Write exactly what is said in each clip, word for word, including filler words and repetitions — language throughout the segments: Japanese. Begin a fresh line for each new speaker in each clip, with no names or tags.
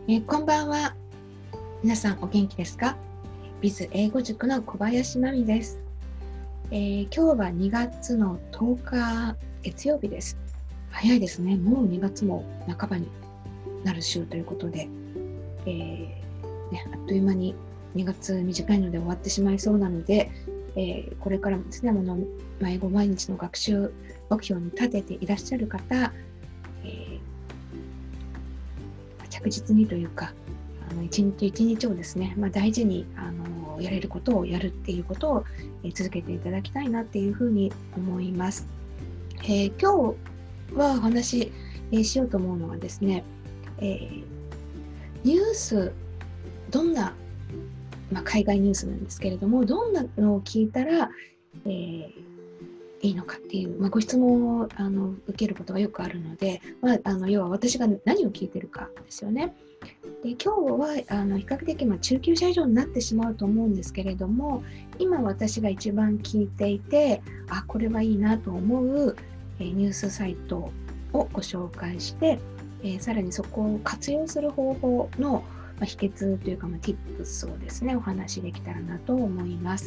えーこんばんは。皆さんお元気ですか？ビズ英語塾の小林真美です、えー今日はにがつのとおか月曜日です。早いですね。もうにがつも半ばになる週ということで、えーね、あっという間ににがつ短いので終わってしまいそうなので、えーこれからもですね、もの英語毎日の学習目標に立てていらっしゃる方、えー着実にというか、あの一日一日をですね、まあ、大事にあのやれることをやるっていうことを、えー続けていただきたいなっていうふうに思います。えー今日はお話し、えーしようと思うのはですね、えーニュース、どんな、まあ、海外ニュースなんですけれども、どんなのを聞いたら、えーいいのかっていう、まあ、ご質問をあの受けることがよくあるので、まあ、あの要は私が何を聞いてるかですよね。で今日はあの比較的、まあ、中級者以上になってしまうと思うんですけれども、今私が一番聞いていて、あ、これはいいなと思う、えーニュースサイトをご紹介して、えーさらにそこを活用する方法の、まあ、秘訣というか、まあ、tips をですね、お話しできたらなと思います。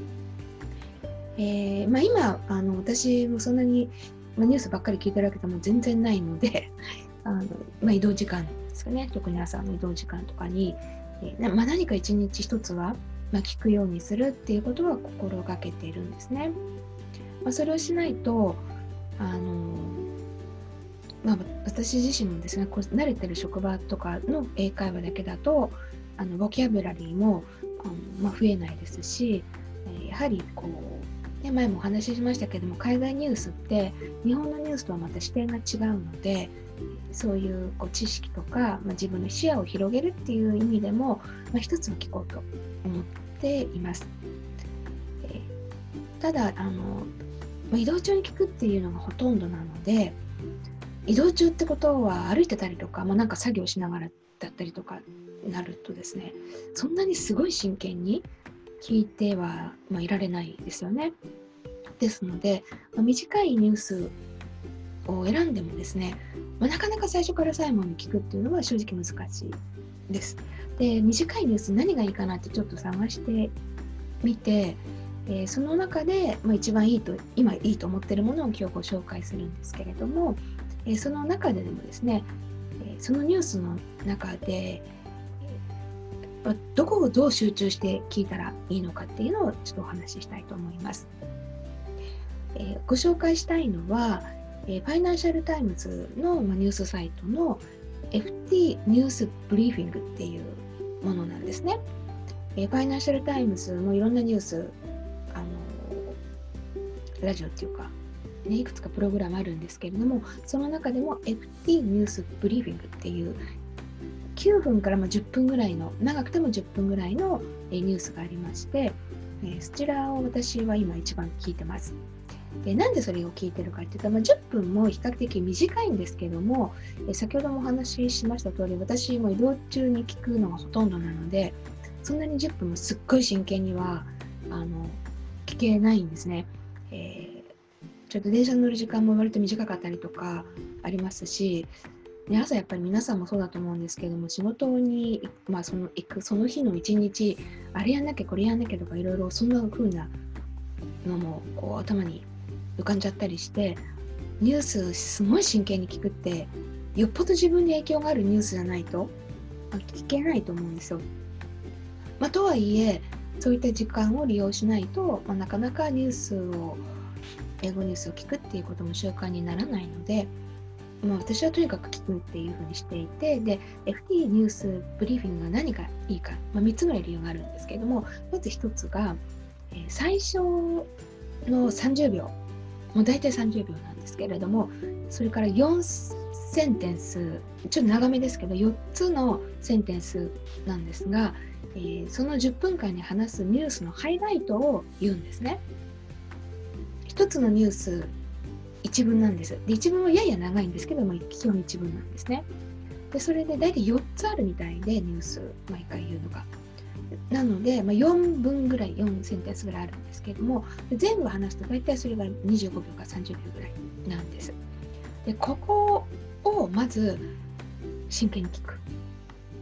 えーまあ、今あの私もそんなに、まあ、ニュースばっかり聞いてるわけでも全然ないのであの、まあ、移動時間ですかね、特に朝の移動時間とかに、えーまあ、何か一日一つは、まあ、聞くようにするっていうことは心がけているんですね。まあ、それをしないとあの、まあ、私自身もですね、こう慣れてる職場とかの英会話だけだとあのボキャブラリーもあの、まあ、増えないですし、えーやはりこうで前もお話ししましたけども、海外ニュースって日本のニュースとはまた視点が違うので、そういうこう知識とか、まあ、自分の視野を広げるっていう意味でも、まあ、一つは聞こうと思っています。えーただあの、まあ、移動中に聞くっていうのがほとんどなので、移動中ってことは歩いてたりとか、まあ、なんか作業しながらだったりとかなるとですね、そんなにすごい真剣に聞いては、まあ、いられないですよね。ですので、まあ、短いニュースを選んでもですね、まあ、なかなか最初から最後に聞くっていうのは正直難しいです。で、短いニュース何がいいかなってちょっと探してみて、えーその中で、まあ、一番いいと今いいと思っているものを今日ご紹介するんですけれども、えーその中ででもですね、えーそのニュースの中で、えーどこをどう集中して聞いたらいいのかっていうのをちょっとお話ししたいと思います。えーご紹介したいのは、えーファイナンシャルタイムズの、まあ、ニュースサイトの エフティー ニュースブリーフィングっていうものなんですね。えーファイナンシャルタイムズのいろんなニュース、あのーラジオっていうか、ね、いくつかプログラムあるんですけれども、その中でも エフティー ニュースブリーフィングっていうきゅうふんからまあじゅっぷんぐらいの、長くてもじゅっぷんぐらいのえーニュースがありまして、えーそちらを私は今一番聞いてます。でなんでそれを聞いてるかっていうと、まあ、じゅっぷんも比較的短いんですけども、え先ほどもお話ししました通り、私も移動中に聞くのがほとんどなので、そんなにじゅっぷんもすっごい真剣にはあの聞けないんですね。えーちょっと電車に乗る時間も割と短かったりとかありますし、ね、朝やっぱり皆さんもそうだと思うんですけども、仕事に、まあ、その行くその日の一日、あれやんなきゃこれやんなきゃとかいろいろそんな風なのもこう頭に浮かんじゃったりして、ニュースすごい真剣に聞くってよっぽど自分に影響があるニュースじゃないと聞けないと思うんですよ。まあ、とはいえそういった時間を利用しないと、まあ、なかなかニュースを英語ニュースを聞くっていうことも習慣にならないので、まあ、私はとにかく聞くっていうふうにしていて、で エフティー ニュースブリーフィングが何がいいか、まあ、みっつの理由があるんですけれども、まずひとつが、えー最初のさんじゅうびょう、もう大体さんじゅうびょうなんですけれども、それからよんセンテンス、ちょっと長めですけどよっつのセンテンスなんですが、えーそのじゅっぷんかんに話すニュースのハイライトを言うんですね。ひとつのニュース一文なんです。で一文はやや長いんですけども、基本一文なんですね。でそれで大体よっつあるみたいで、ニュース毎回言うのが。なので、まあ、よんぶんぐらい、よんセンテンスぐらいあるんですけれども、全部話すと大体それがにじゅうごびょうかさんじゅうびょうぐらいなんです。でここをまず真剣に聞く。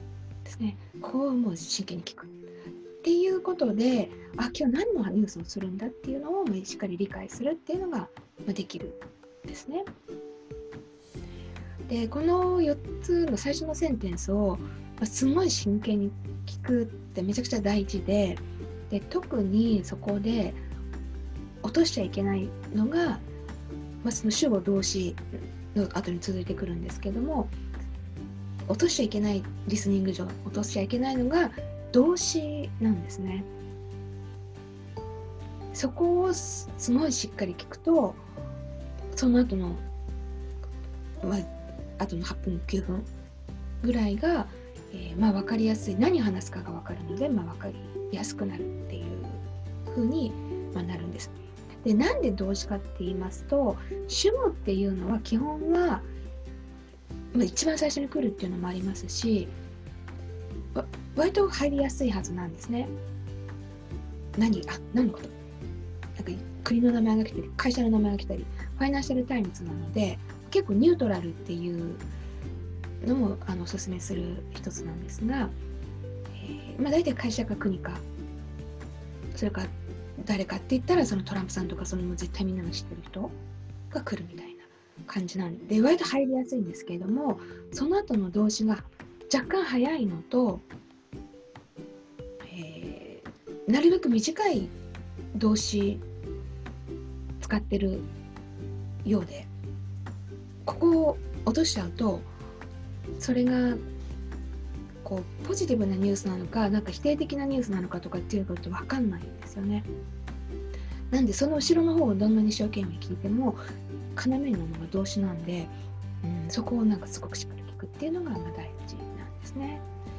ですね。ここをもう真剣に聞くっていうことで、あ、今日何のニュースをするんだっていうのをしっかり理解するっていうのができるんですね。で、このよっつの最初のセンテンスをすごい真剣に聞くってめちゃくちゃ大事で、で特にそこで落としちゃいけないのが、まあ、その主語動詞の後に続いてくるんですけども、落としちゃいけない、リスニング上落としちゃいけないのが動詞なんですね。そこをすごいしっかり聞くと、その後の、まあ、後のはっぷんきゅうふんぐらいが、えー、まあ分かりやすい、何話すかが分かるので、まあ、分かりやすくなるっていう風に、まあ、なるんです。で、なんで動詞かって言いますと、主語っていうのは基本は、まあ、一番最初に来るっていうのもありますし、わ割と入りやすいはずなんですね。何あ何のこと、なんか国の名前が来たり、会社の名前が来たり、ファイナンシャルタイムズなので、結構ニュートラルっていうのもあのおすすめする一つなんですが、えーまあ、大体会社か国か、それから誰かって言ったらそのトランプさんとか、その絶対みんなが知ってる人が来るみたいな感じなんで、割と入りやすいんですけれども、その後の動詞が若干早いのと、えー、なるべく短い動詞使ってるようで、ここを落としちゃうと、それがこうポジティブなニュースなのか、なんか否定的なニュースなのかとかっていうこと分かんないんですよね。なんでその後ろの方をどんなに一生懸命聞いても要になるのが動詞なんで、うん、そこをなんかすごくしっかり聞くっていうのがまあ大事なんですね。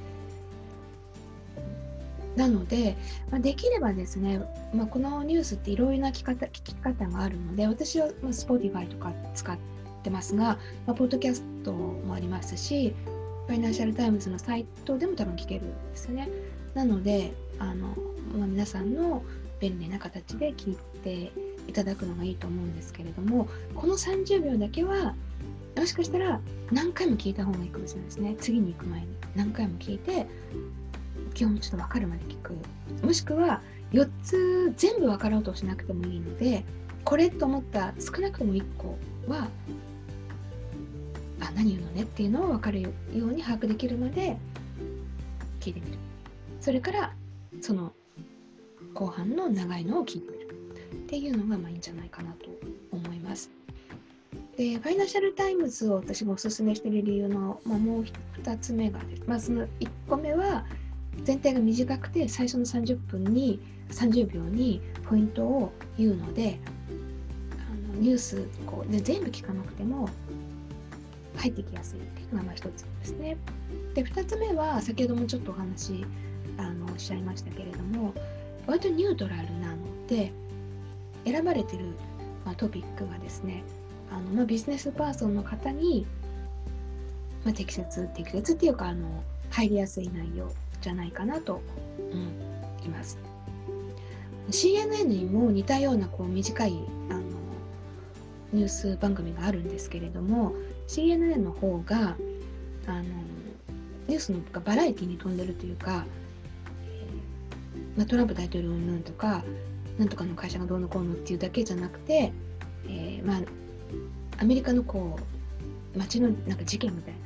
なので、まあ、できればですね、まあ、このニュースっていろいろな聞き方、聞き方があるので、私は Spotify とか使ってますが、まあ、ポッドキャストもありますし、ファイナンシャルタイムズのサイトでも多分聞けるんですよね。なので、あの、まあ、皆さんの便利な形で聞いていただくのがいいと思うんですけれども、このさんじゅうびょうだけはもしかしたら何回も聞いた方がいいかもしれないですね。次に行く前に何回も聞いて、基本ちょっと分かるまで聞く。もしくはよっつ全部分かろうとしなくてもいいので、これと思った少なくともいっこは、あ、何言うのねっていうのを分かるように把握できるまで聞いてみる。それからその後半の長いのを聞いてみるっていうのがまあいいんじゃないかなと思います。で、ファイナンシャルタイムズを私がおすすめしている理由の、まあ、もうふたつめがです。まずいっこめは、全体が短くて最初のさんじゅっぷんにさんじゅうびょうにポイントを言うので、あのニュースこうで全部聞かなくても入ってきやすいっていうのがまあ一つですね。で、ふたつめは先ほどもちょっとお話あのおっしゃいましたけれども、割とニュートラルなので、選ばれてる、まあ、トピックがですね、あの、まあ、ビジネスパーソンの方に、まあ、適切適切っていうかあの入りやすい内容じゃないかなと思います。シーエヌエヌ にも似たようなこう短いあのニュース番組があるんですけれども、 シーエヌエヌ の方があのニュースのバラエティに富んでるというか、まあ、トランプ大統領云々とかなんとかの会社がどうのこうのっていうだけじゃなくて、えー、まあアメリカのこう街のなんか事件みたいな、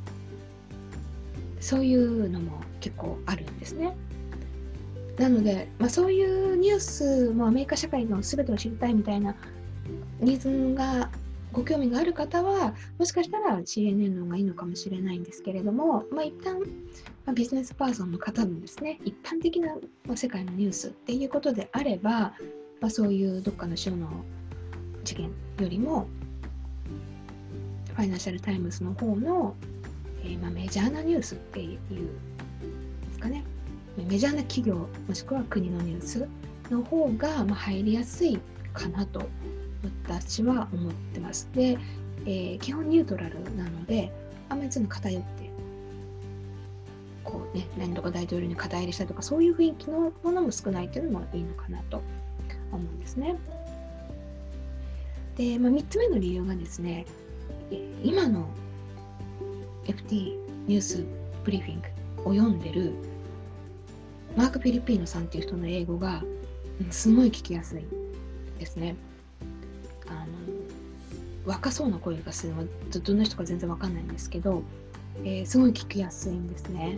そういうのも結構あるんですね。なので、まあ、そういうニュースもアメリカ社会の全てを知りたいみたいなニーズがご興味がある方は、もしかしたら シーエヌエヌ の方がいいのかもしれないんですけれども、まあ、一旦、まあ、ビジネスパーソンの方のですね、一般的な世界のニュースっていうことであれば、まあ、そういうどっかの州の事件よりもファイナンシャルタイムズの方の、えーまあ、メジャーなニュースっていうですかね、メジャーな企業もしくは国のニュースの方がまあ入りやすいかなと私は思ってます。で、えー、基本ニュートラルなので、あんまりその偏ってこうね、何とか大統領に肩入れしたとかそういう雰囲気のものも少ないというのもいいのかなと思うんですね。で、まあ、みっつめの理由がですね、今の エフティー ニュースブリーフィングを読んでるマーク・フィリピーノさんっていう人の英語がすごい聞きやすいですね。あの若そうな声がするのはどんな人か全然わかんないんですけど、えー、すごい聞きやすいんですね。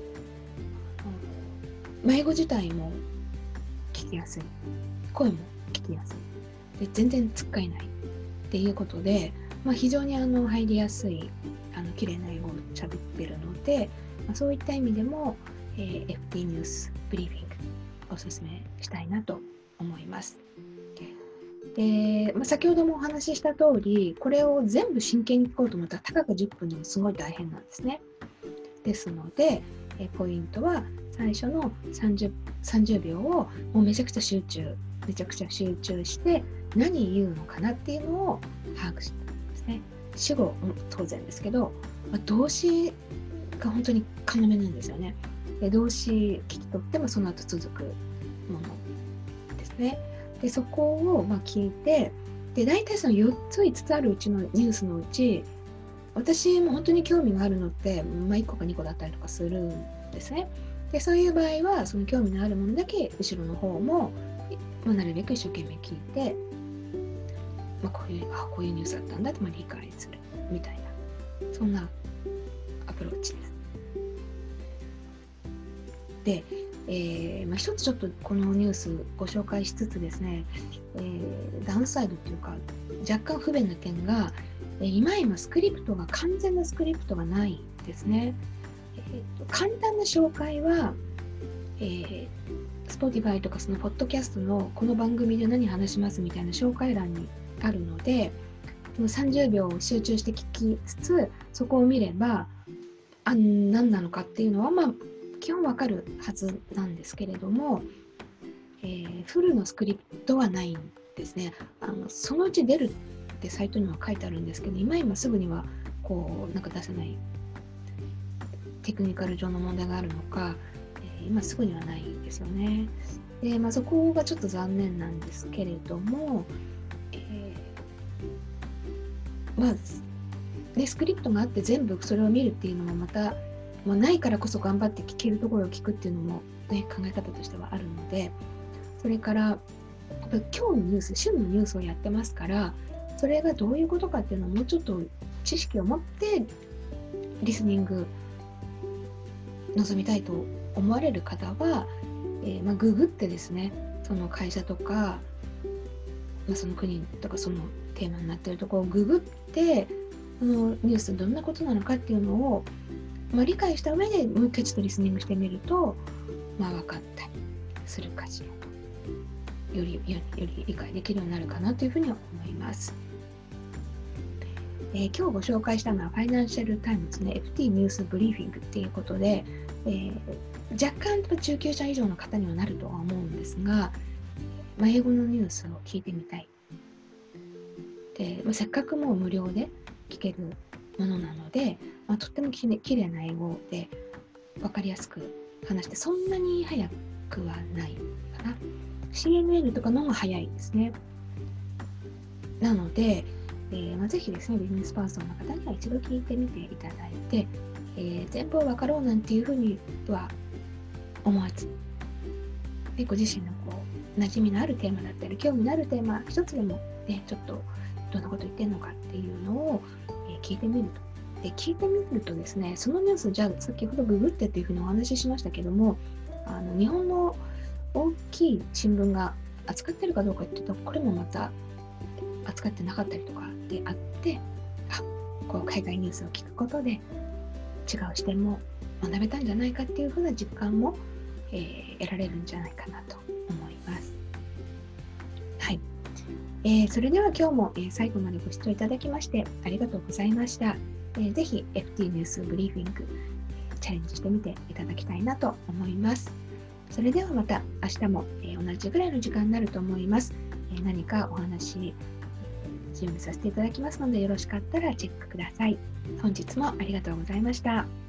英語自体も聞きやすい、声も聞きやすいで、全然つっかえないっていうことで、まあ、非常にあの入りやすいあの綺麗な英語を喋ってるので、まあ、そういった意味でも、えー、エフティー ニュースブリーフィングおすすめしたいなと思います。で、まあ、先ほどもお話しした通り、これを全部真剣に聞こうと思ったら高くじゅっぷんでもすごい大変なんですね。ですので、えポイントは最初のさんじゅう、さんじゅうびょうをもうめちゃくちゃ集中、めちゃくちゃ集中して何言うのかなっていうのを把握してですね。主語も当然ですけど、まあ、動詞が本当に要なんですよね。で、動詞聞き取ってもその後続くものですね。で、そこをまあ聞いて、で、大体そのよっついつつあるうちのニュースのうち、私も本当に興味があるのって、まあ、いっこかにこだったりとかするんですね。で、そういう場合は、その興味のあるものだけ後ろの方も、まあ、なるべく一生懸命聞いて、まあ、こういう、あ、こういうニュースだったんだって、まあ、理解するみたいな、そんなアプローチです。で、えーまあ、一つちょっとこのニュースご紹介しつつですね、えー、ダウンサイドっていうか若干不便な点が、えー、今今スクリプトが完全なスクリプトがないですね。えー、と簡単な紹介は、えー、Spotify とかそのポッドキャストのこの番組で何話しますみたいな紹介欄にあるので、さんじゅうびょう集中して聞きつつそこを見ればあ何なのかっていうのはまあ基本わかるはずなんですけれども、えー、フルのスクリプトはないんですね。あのそのうち出るってサイトには書いてあるんですけど、今今すぐにはこうなんか出せないテクニカル上の問題があるのか、えー、今すぐにはないですよね。で、まあ、そこがちょっと残念なんですけれども、えー、まあでスクリプトがあって全部それを見るっていうのもまたまあ、ないからこそ頑張って聞けるところを聞くっていうのも、ね、考え方としてはあるので、それから今日のニュース、旬のニュースをやってますから、それがどういうことかっていうのをもうちょっと知識を持ってリスニング望みたいと思われる方は、えーまあ、ググってですね、その会社とか、まあ、その国とかそのテーマになっているところをググってそのニュースどんなことなのかっていうのをまあ、理解した上でもう一回ちょっとリスニングしてみると、まあ、分かったりするかしらと、より、より、より理解できるようになるかなというふうに思います。えー、今日ご紹介したのはファイナンシャルタイムズね、エフティー ニュースブリーフィングっていうことで、えー、若干中級者以上の方にはなるとは思うんですが、まあ、英語のニュースを聞いてみたい。で、まあ、せっかくもう無料で聞けるものなので、まあ、とってもきれいな英語で分かりやすく話してそんなに早くはないかな。 シーエヌエヌ とかの方が早いですね。なので、えーまあ、ぜひですねビジネスパーソンの方には一度聞いてみていただいて、えー、全部分かろうなんていうふうには思わずでご自身のこう馴染みのあるテーマだったり興味のあるテーマ一つでもねちょっとどんなこと言ってるのかっていうのを、えー、聞いてみると。で聞いてみるとですね、そのニュース、じゃあ先ほどググってっていうふうにお話ししましたけども、あの日本の大きい新聞が扱ってるかどうかっていうと、これもまた扱ってなかったりとかであって、あ、こう海外ニュースを聞くことで違う視点も学べたんじゃないかっていうふうな実感も、えー、得られるんじゃないかなと思います。はい。えー、それでは今日も、えー、最後までご視聴いただきましてありがとうございました。えー、ぜひ エフティー ニュースブリーフィングチャレンジしてみていただきたいなと思います。それではまた明日も、えー、同じぐらいの時間になると思います。えー、何かお話準備させていただきますのでよろしかったらチェックください。本日もありがとうございました。